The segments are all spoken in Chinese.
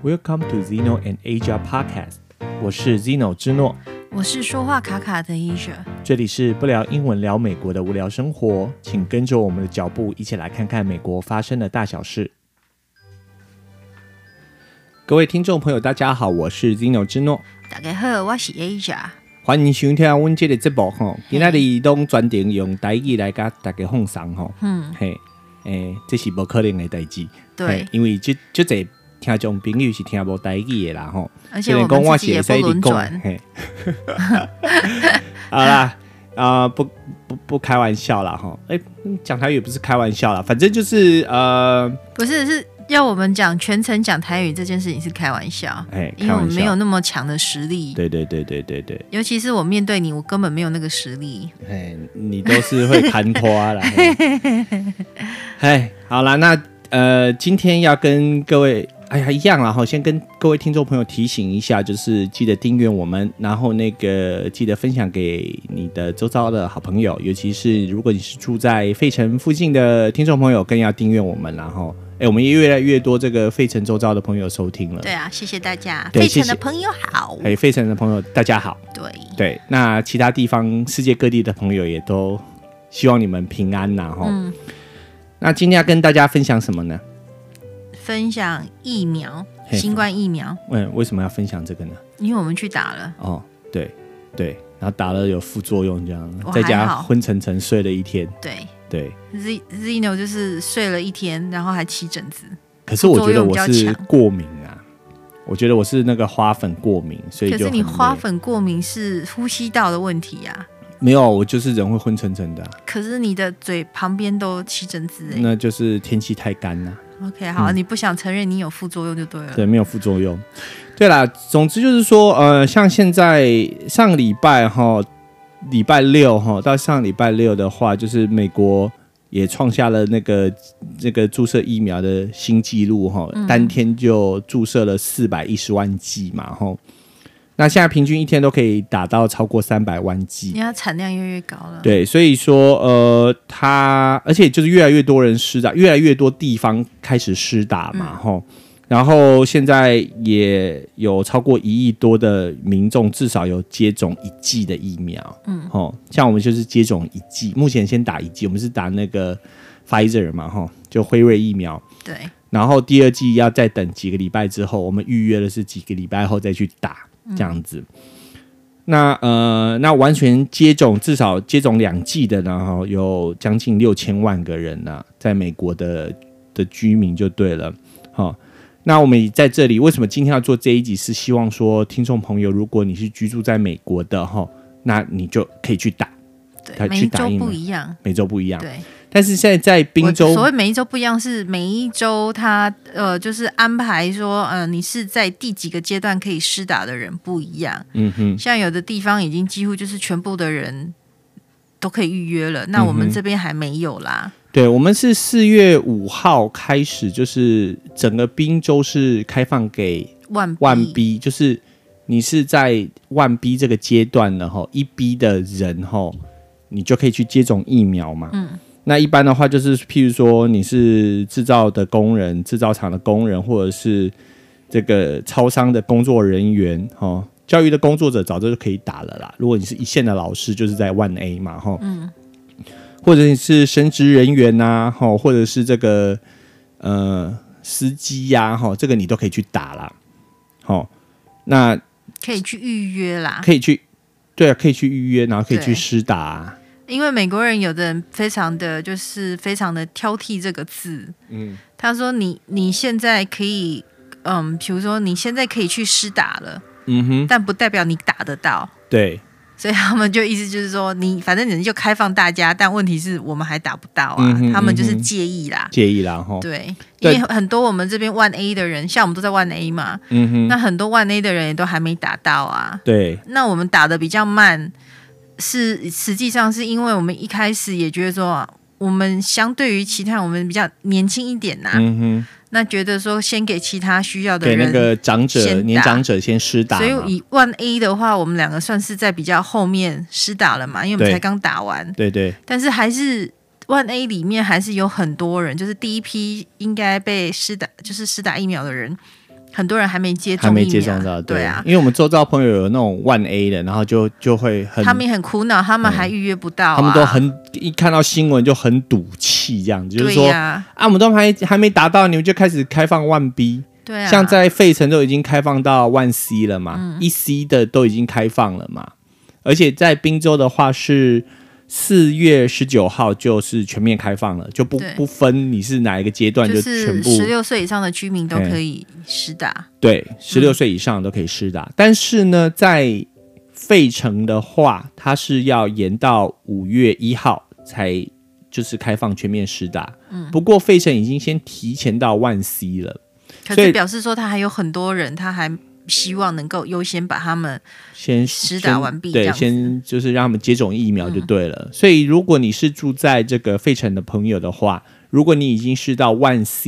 Welcome to Zeno and Asia Podcast， 我是 Zeno 之诺， 我是说话卡卡的 Asia， 这里是不聊英文聊美国的无聊生活，请跟着我们的脚步一起来看看美国发生的大小事。各位听众朋友大家好，我是 Zeno 之诺。 大家好，我是 Asia， 欢迎收听我们这个节目吼，今仔日都专程用台语来跟大家放送吼，这是不可能的代志， 对， 因为这侪听众朋友是听无台语的啦吼， 而且我们自己也不轮转， 好啦，不开玩笑啦哈，讲台语不是开玩笑啦，反正就是不是要我们讲全程讲台语这件事情是开玩笑，因为我们没有那么强的实力， 对， 尤其是我面对你，我根本没有那个实力， 你都是会看拖啦，好啦，那今天要跟各位。一样啦，先跟各位听众朋友提醒一下，就是记得订阅我们，然后记得分享给你的周遭的好朋友，尤其是如果你是住在费城附近的听众朋友，更要订阅我们。然后，我们也越来越多这个费城周遭的朋友收听了。 对啊，谢谢大家，费城的朋友好。 费城的朋友大家好。对，那其他地方世界各地的朋友也都希望你们平安呐。那今天要跟大家分享什么呢？ 分享疫苗，新冠疫苗。 为什么要分享这个呢？因为我们去打了。 对，然后打了有副作用，这样在家昏沉沉睡了一天。对 ，Zeno 就是睡了一天，然后还起疹子。 可是我觉得我是过敏啊，我觉得我是那个花粉过敏，所以就很累。可是你花粉过敏是呼吸道的问题啊。 没有，我就是人会昏沉沉的。 可是你的嘴旁边都起疹子， 那就是天气太干了。 OK， 好，你不想承认你有副作用就对了。 对，没有副作用。对啦，总之就是说，像现在上礼拜礼拜六到上礼拜六的话，就是美国也创下了这个注射疫苗的新纪录单天就注射了410万剂嘛那现在平均一天都可以打到超过300万剂， 因为它产量越来越高了。 对，所以说而且就是越来越多人施打，越来越多地方开始施打嘛然后现在也有超过1亿多的民众至少有接种1剂的疫苗。像我们就是接种1剂，目前先打1剂，我们是打那个 Pfizer 嘛就辉瑞疫苗。 对。 然后第2剂要再等几个礼拜之后，我们预约的是几个礼拜后再去打。这样子，那完全至少接种2剂的，然后有将近6000万个人在美国的居民就对了。那我们在这里为什么今天要做这一集？是希望说听众朋友，如果你是居住在美国的那你就可以去打。 对，每一周不一样， 每周不一样。 对。 但是现在在宾州， 所谓每一周不一样，是每一周他就是安排说，你是在第几个阶段可以施打的人不一样。像有的地方已经几乎就是全部的人都可以预约了，那我们这边还没有啦。 对，我们是4月5号开始，就是整个宾州是开放给1B，就是你是在1B 这个阶段了1B 的人你就可以去接种疫苗嘛。那一般的话就是譬如说你是制造的工人，制造厂的工人，或者是这个超商的工作人员教育的工作者早就可以打了啦。如果你是一线的老师，就是在 1A 嘛或者你是神职人员或者是这个司机这个你都可以去打啦。那可以去预约啦， 可以去预约，然后可以去施打因为美国人有的人非常的挑剔这个字，他说你现在可以，比如说你现在可以去施打了，但不代表你打得到， 对， 所以他们就意思就是说，反正你就开放大家，但问题是我们还打不到啊，他们就是介意啦，对，因为很多我们这边1A 的人，像我们都在1A 嘛，那很多1A 的人也都还没打到啊， 对， 那我们打得比较慢。实际上是因为我们一开始也觉得说，我们相对于其他我们比较年轻一点那觉得说先给其他需要的人，给那个年长者先施打， 所以以1A 的话，我们2个算是在比较后面施打了嘛，因为我们才刚打完， 对， 但是还是1A 里面还是有很多人，就是第一批应该被就是施打疫苗的人。 很多人还没接种疫苗，还没接种到， 对啊，因为我们周遭朋友有那种1A 的，然后就会他们也很苦恼，他们还预约不到、 他们都一看到新闻就很赌气，这样子，就是说我们都还没达到，你们就开始开放1B， 对啊， 像在费城都已经开放到1C 了嘛，1C 的都已经开放了嘛，而且在宾州的话是4月19号就是全面开放了，就不分你是哪一个阶段，就全部 16岁以上的居民都可以施打。 对，16岁以上都可以施打。但是呢，在费城的话，它是要延到5月1号才就是开放全面施打。不过费城已经先提前到1C 了， 可是表示说他还有很多人，他还希望能够优先把他们先施打完毕， 对，先就是让他们接种疫苗就对了。所以如果你是住在这个费城的朋友的话，如果你已经是到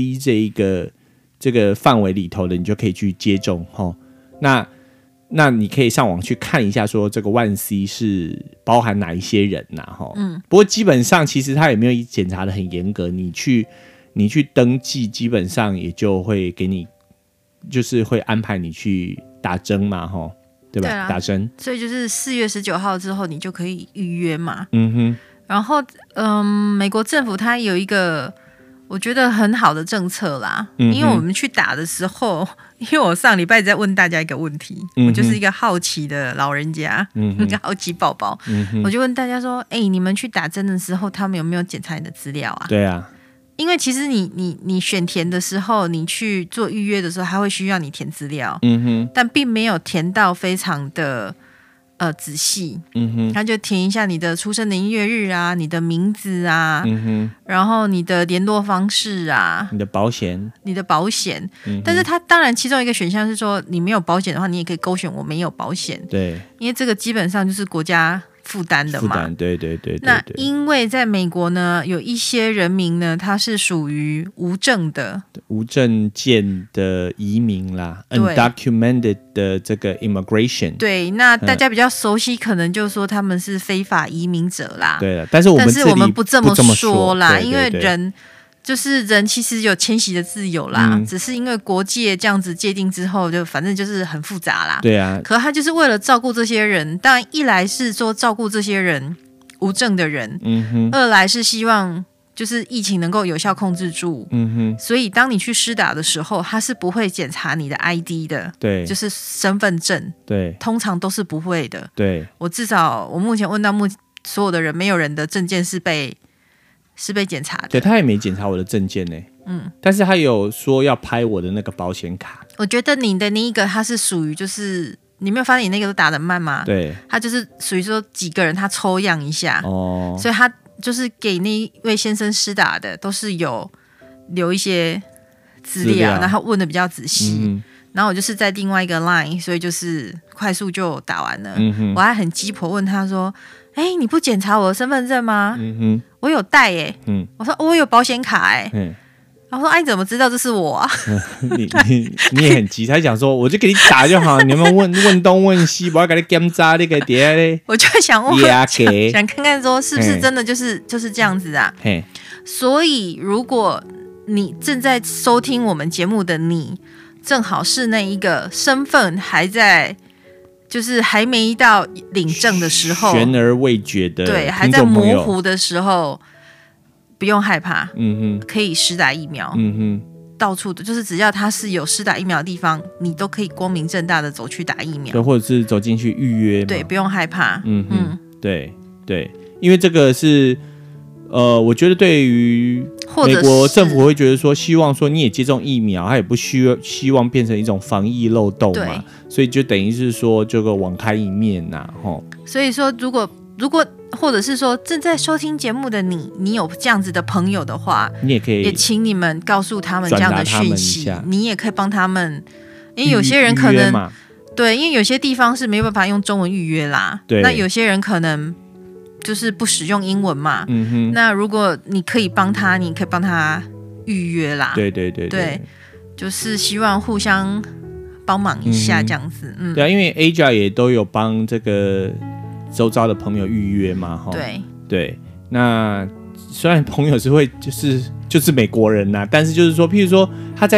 1C 这个范围里头的，你就可以去接种齁。那你可以上网去看一下，说这个1C 是包含哪一些人呐齁。不过基本上其实他也没有检查的很严格，你去登记，基本上也就会给你。就是会安排你去打针嘛，齁，对吧？打针， 所以就是4月19号之后你就可以预约嘛。然后美国政府它有一个我觉得很好的政策啦，因为我们去打的时候，因为我上礼拜在问大家一个问题，我就是一个好奇的老人家，一个好奇宝宝，我就问大家说，你们去打针的时候，他们有没有检查你的资料啊？ 对啊。 因为其实你选填的时候，你去做预约的时候，他会需要你填资料，但并没有填到非常的仔细，他就填一下你的出生年月日啊，你的名字啊，然后你的联络方式啊， 你的保险， 但是他当然其中一个选项是说，你没有保险的话，你也可以勾选我没有保险， 对， 因为这个基本上就是国家负担的嘛， 对。 那因为在美国呢，有一些人民呢，他是属于无证件的移民啦 ，undocumented 的这个 immigration。 对，那大家比较熟悉，可能就说他们是非法移民者啦。 对了，但是我们不这么说啦， 对， 因为人其实有迁徙的自由啦，只是因为国界这样子界定之后，就反正就是很复杂啦。 对啊， 可他就是为了照顾这些人，当然一来是说照顾这些人无证的人，二来是希望就是疫情能够有效控制住，所以当你去施打的时候，他是不会检查你的 ID 的， 对， 就是身份证， 对， 通常都是不会的。 对， 我目前问到所有的人，没有人的证件是被检查的。 对，他也没检查我的证件呢，但是他有说要拍我的那个保险卡。 我觉得你的那一个，它是属于就是你没有发现你那个都打得慢吗？ 对， 他就是属于说几个人他抽样一下，所以他就是给那一位先生施打的都是有留一些资料，然后问的比较仔细。然后我就是在另外一个 line， 所以就是快速就打完了。我还很鸡婆问他说：“你不检查我的身份证吗？我有带我说我有保险卡然后说：“你怎么知道这是我啊？” 你也很急，他讲说我就给你打就好，你们问东问西，不要给你检查那个碟嘞。 我就想问，想看看说是不是真的就是这样子啊？所以如果你正在收听我们节目的你，正好是那一个身份还在。就是还没到领证的时候， 悬而未决的， 对，还在模糊的时候，不用害怕，可以施打疫苗，到处的，就是只要他是有施打疫苗的地方，你都可以光明正大的走去打疫苗， 对，或者是走进去预约， 对，不用害怕， 对，因为这个是。我觉得对于美国政府会觉得说，希望说你也接种疫苗，他也不希望变成一种防疫漏洞嘛，所以就等于是说这个网开一面呐， 所以说如果或者是说正在收听节目的你有这样子的朋友的话， 你也可以也请你们告诉他们这样的讯息，你也可以帮他们，因为有些人可能对，因为有些地方是没办法用中文预约啦，那有些人可能。就是不使用英文嘛，那如果你可以帮他，你可以帮他预约啦。对，就是希望互相帮忙一下这样子。 对啊，因为 Aja 也都有帮这个周遭的朋友预约嘛，对。那虽然朋友是会就是美国人呐，但是就是说，譬如说他在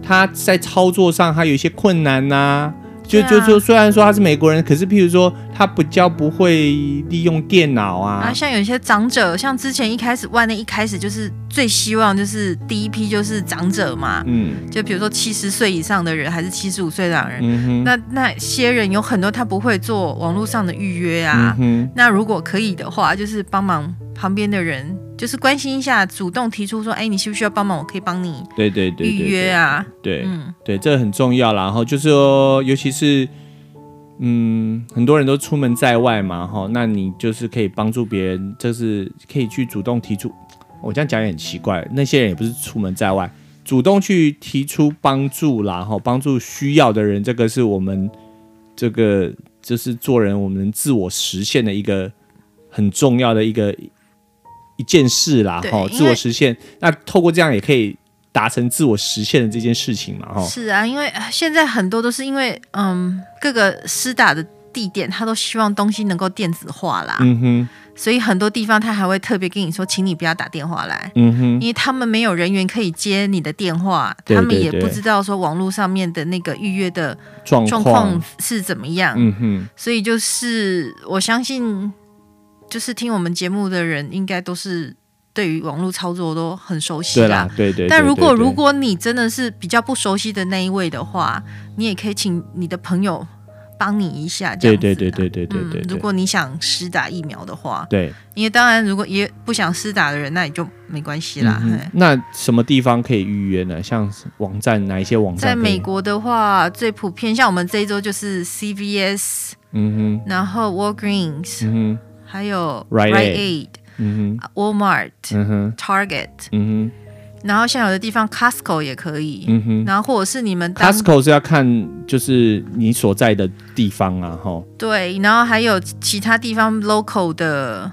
他在操作上他有一些困难啊。就虽然说他是美国人，可是譬如说他比较不会利用电脑啊。 像有一些长者，像之前万内一开始就是最希望就是第一批就是长者嘛，就比如说70岁以上的人还是75岁的人，那些人有很多他不会做网络上的预约啊，那如果可以的话，就是帮忙旁边的人。就是关心一下，主动提出说，你需不需要帮忙？我可以帮你预约啊。 对，这个很重要啦。然后就是说，尤其是很多人都出门在外嘛，那你就是可以帮助别人，就是可以去主动提出。我这样讲也很奇怪，那些人也不是出门在外，主动去提出帮助啦，帮助需要的人，这个是我们这个就是做人我们自我实现的一个很重要的一件事啦，自我实现。那透过这样也可以达成自我实现的这件事情嘛， 是啊，因为现在很多都是因为各个施打的地点，他都希望东西能够电子化啦，所以很多地方他还会特别跟你说，请你不要打电话来，因为他们没有人员可以接你的电话，他们也不知道说网络上面的那个预约的状况是怎么样，所以就是我相信。就是听我们节目的人，应该都是对于网络操作都很熟悉啦。对。但如果你真的是比较不熟悉的那一位的话，你也可以请你的朋友帮你一下，这样子。对。如果你想施打疫苗的话，对，因为当然如果也不想施打的人，那也就没关系啦。 那什么地方可以预约呢？像网站哪一些网站？ 在美国的话，最普遍像我们这一周就是 CVS，然后 Walgreens，还有 Rite Aid、Walmart、Target，然后像有的地方 Costco 也可以，然后或者是你们 Costco 是要看就是你所在的地方啊， 对，然后还有其他地方 local 的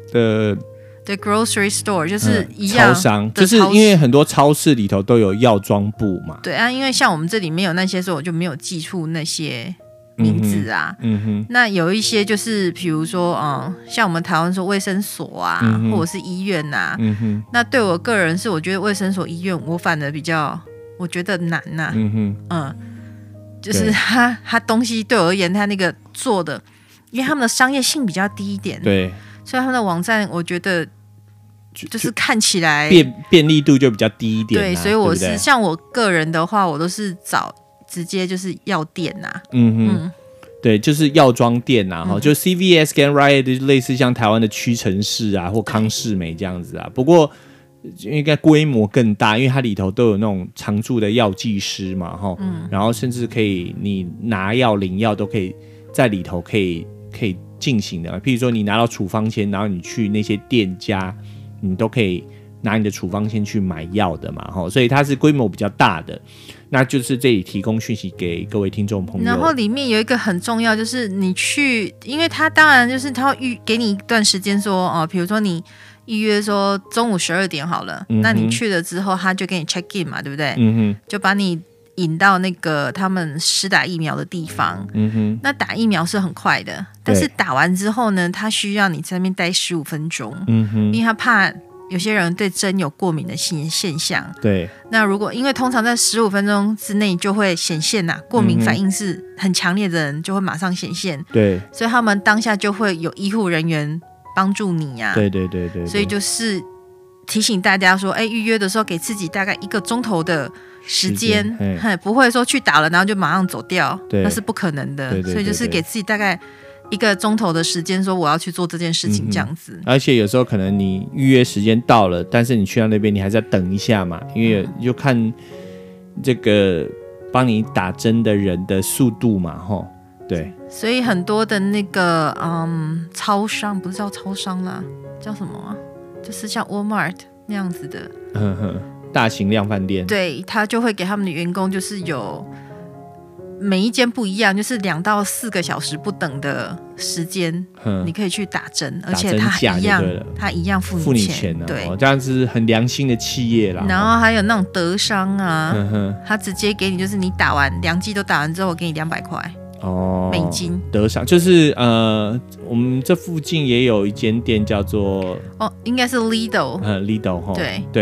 grocery store 就是一样， 超商，就是因为很多超市里头都有药妆部嘛。 对啊，因为像我们这里没有那些，所以我就没有记出那些名字啊，那有一些就是比如说像我们台湾说卫生所啊，或者是医院啊，那对我个人是我觉得卫生所医院我反而比较我觉得难啊，就是他东西对我而言他那个做的，因为他们的商业性比较低一点，对，所以他们的网站我觉得就是看起来便利度就比较低一点， 对，所以我是像我个人的话，我都是找直接就是药店啊， 对，就是药妆店啊，就 CVS 跟 Rite Aid 类似像台湾的屈臣氏啊或康士美这样子啊，不过应该规模更大，因为它里头都有那种常驻的药剂师嘛，然后甚至可以你拿药领药都可以在里头可以进行的，譬如说你拿到处方签，然后你去那些店家，你都可以拿你的处方签去买药的嘛，所以它是规模比较大的。那就是这里提供讯息给各位听众朋友。 然后里面有一个很重要，就是你去，因为他当然就是他会给你一段时间说，比如说你预约说中午12点好了，那你去了之后，他就给你 check in 嘛，对不对？就把你引到那个他们施打疫苗的地方。那打疫苗是很快的，但是打完之后呢，他需要你在那边待15分钟，因为他怕有些人对针有过敏的现象，对。那如果因为通常在15分钟之内就会显现过敏反应是很强烈的人就会马上显现，对。所以他们当下就会有医护人员帮助你啊，对。所以就是提醒大家说，预约的时候给自己大概1个钟头的时间，不会说去打了然后就马上走掉，那是不可能的。所以就是给自己大概1个钟头的时间，说我要去做这件事情，这样子。 而且有时候可能你预约时间到了，但是你去到那边，你还是要等一下嘛，因为就看这个帮你打针的人的速度嘛，对。 所以很多的那个超商，不是叫超商啦，叫什么啊？就是像 Walmart 那样子的， 大型量贩店， 对，他就会给他们的员工就是有。每一间不一样，就是2到4个小时不等的时间，你可以去打针，而且他一样付你钱，对， 这样子很良心的企业啦。 然后还有那种德商啊，他直接给你，就是你打完2剂都打完之后，我给你200块美金。 德商就是我们这附近也有一间店叫做应该是 Lidl， Lidl 对。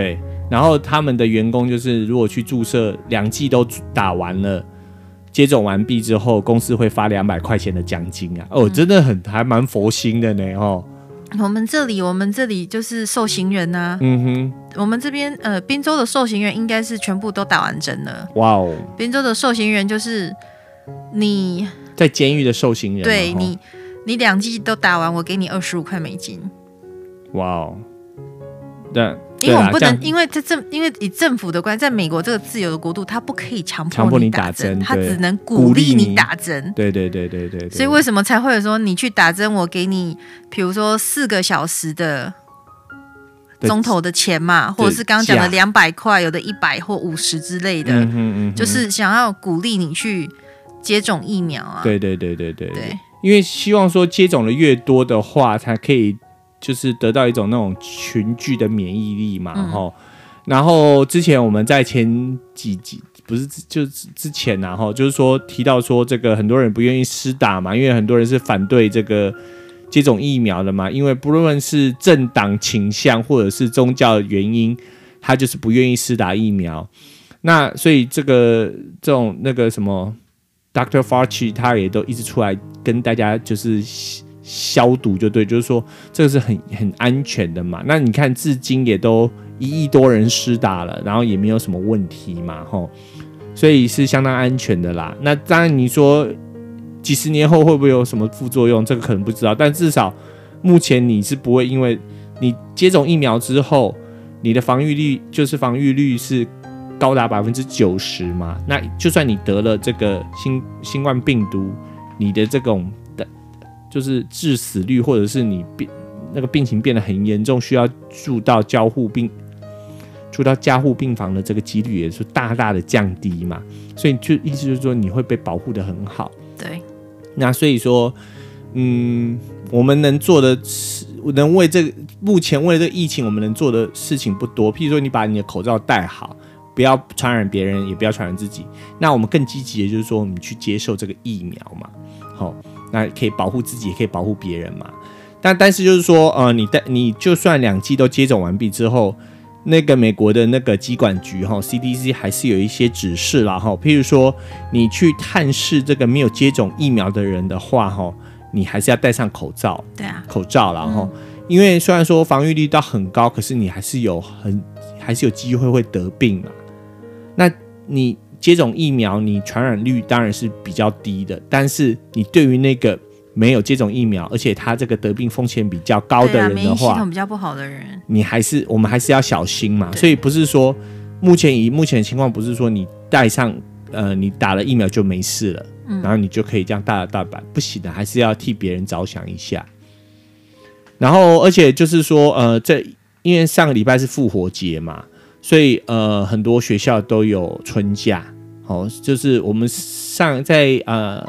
然后他们的员工就是如果去注射2剂都打完了，接种完毕之后，公司会发200块钱的奖金啊！真的还蛮佛心的呢哦。 我们这里就是受刑人啊，我们这边宾州的受刑人应该是全部都打完针了。 哇哦， 宾州的受刑人就是你在监狱的受刑人， 对你2剂都打完，我给你25块美金。 哇哦，对。 因为我们不能，因为以政府的关系，在美国这个自由的国度，他不可以强迫你打针，他只能鼓励你打针。 对。 所以为什么才会有说你去打针，我给你，比如说4个小时的钟头的钱嘛，或者是刚刚讲的200块，有的100或50之类的，就是想要鼓励你去接种疫苗啊。 对，因为希望说接种的越多的话，才可以。就是得到一种那种群聚的免疫力嘛，然后之前我们在前几集不是就之前然后就是说提到说这个很多人不愿意施打嘛，因为很多人是反对这个接种疫苗的嘛，因为不论是政党倾向或者是宗教的原因，他就是不愿意施打疫苗。那所以这种那个什么 Dr. Fauci 他也都一直出来跟大家就是消毒就对，就是说这个是很安全的嘛。那你看至今也都1亿多人施打了，然后也没有什么问题嘛，所以是相当安全的啦。那当然你说几十年后会不会有什么副作用，这个可能不知道，但至少目前你是不会，因为你接种疫苗之后，你的防御率是高达90%嘛。那就算你得了这个新冠病毒，你的这种就是致死率，或者是你那个病情变得很严重，需要住到加护病房的这个几率也是大大的降低嘛。所以就意思就是说你会被保护得很好。 对。 那所以说，我们能做的，能为这个目前为了这个疫情，我们能做的事情不多。譬如说，你把你的口罩戴好，不要传染别人，也不要传染自己。那我们更积极的就是说，我们去接受这个疫苗嘛，那可以保护自己，也可以保护别人嘛。但是就是说，你就算2剂都接种完毕之后，那个美国的那个疾管局CDC 还是有一些指示啦譬如说，你去探视这个没有接种疫苗的人的话你还是要戴上口罩。 对啊， 口罩啦因为虽然说防御力到很高，可是你还是有机会得病嘛。那你接种疫苗，你传染率当然是比较低的，但是你对于那个没有接种疫苗，而且他这个得病风险比较高的人的话，免疫系统比较不好的人， 我们还是要小心嘛。所以不是说目前的情况，不是说你戴上你打了疫苗就没事了，然后你就可以这样大板，不行的，还是要替别人着想一下。然后而且就是说因为上个礼拜是复活节嘛，所以很多学校都有春假。就是我们在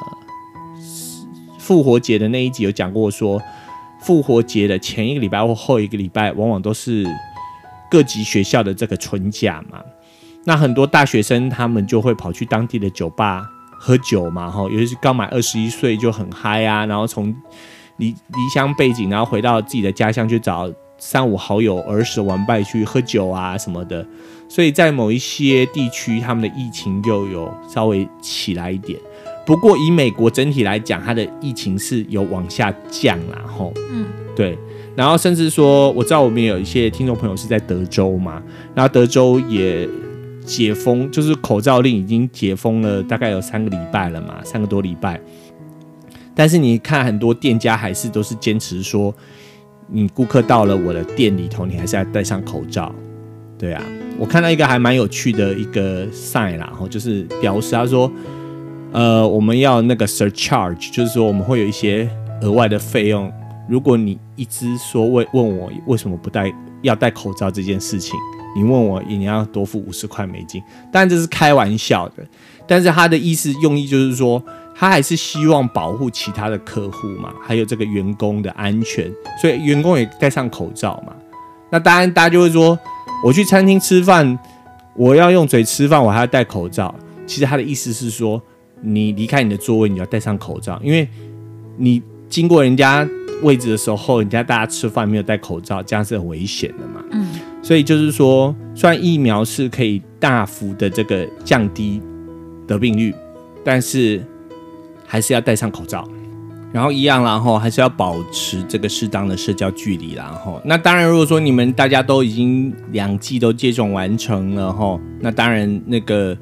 复活节的那一集有讲过说，复活节的前一个礼拜或后一个礼拜往往都是各级学校的这个春假嘛。那很多大学生他们就会跑去当地的酒吧喝酒嘛，尤其是刚满21岁就很嗨啊，然后从离乡背景，然后回到自己的家乡去找3-5好友儿时玩伴去喝酒啊什么的。所以在某一些地区，他们的疫情又有稍微起来一点。不过以美国整体来讲，它的疫情是有往下降啦，对。然后甚至说，我知道我们有一些听众朋友是在德州嘛，然后德州也解封，就是口罩令已经解封了，大概有3个礼拜了嘛，3个多礼拜。但是你看，很多店家还是都是坚持说，你顾客到了我的店里头，你还是要戴上口罩。对啊，我看到一个还蛮有趣的一个 sign 啦，就是标示他说，我们要那个 surcharge， 就是说我们会有一些额外的费用。如果你一直说问我为什么不要戴口罩这件事情，你问我你要多付50块美金，当然这是开玩笑的，但是他的用意就是说，他还是希望保护其他的客户嘛，还有这个员工的安全，所以员工也戴上口罩嘛。那当然大家就会说，我去餐厅吃饭，我要用嘴吃饭，我还要戴口罩。其实他的意思是说，你离开你的座位，你要戴上口罩，因为你经过人家位置的时候，人家大家吃饭没有戴口罩，这样是很危险的嘛。所以就是说，虽然疫苗是可以大幅的这个降低得病率，但是还是要戴上口罩。然后一样啦，还是要保持这个适当的社交距离啦。那当然，如果说你们大家都已经2剂都接种完成了，那当然那个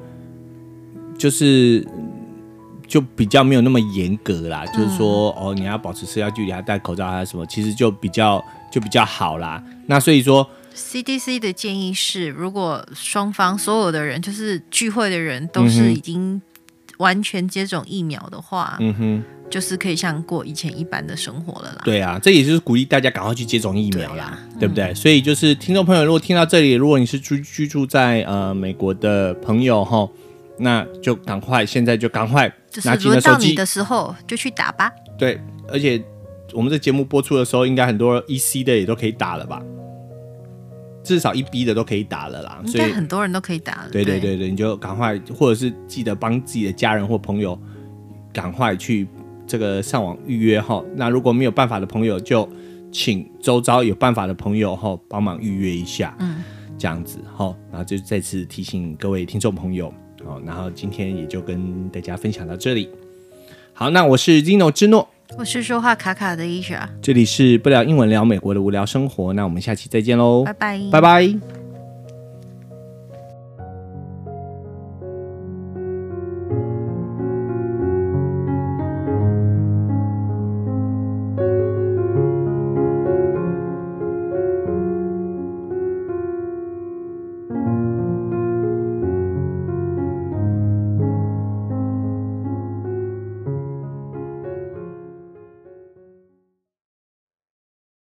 就比较没有那么严格啦，就是说你要保持社交距离，还戴口罩还是什么，其实就比较好啦。那所以说 CDC 的建议是，如果双方所有的人就是聚会的人都是已经完全接种疫苗的话，就是可以像过以前一般的生活了啦。 对啊，这也就是鼓励大家赶快去接种疫苗啦， 对不对？所以就是听众朋友，如果听到这里，如果你是居住在美国的朋友那就赶快，现在就赶快拿起你的手机，就是轮到你的时候就去打吧。 对，而且我们这节目播出的时候，应该很多 EC 的也都可以打了吧？至少1B 的都可以打了啦， 应该很多人都可以打了。 对，你就赶快，或者是记得帮自己的家人或朋友赶快去这个上网预约那如果没有办法的朋友，就请周遭有办法的朋友帮忙预约一下，这样子然后就再次提醒各位听众朋友，然后今天也就跟大家分享到这里。好，那我是 Zino 之诺， 我是说话卡卡的Isha， 这里是不聊英文聊美国的无聊生活，那我们下期再见喽， 拜拜， 拜拜。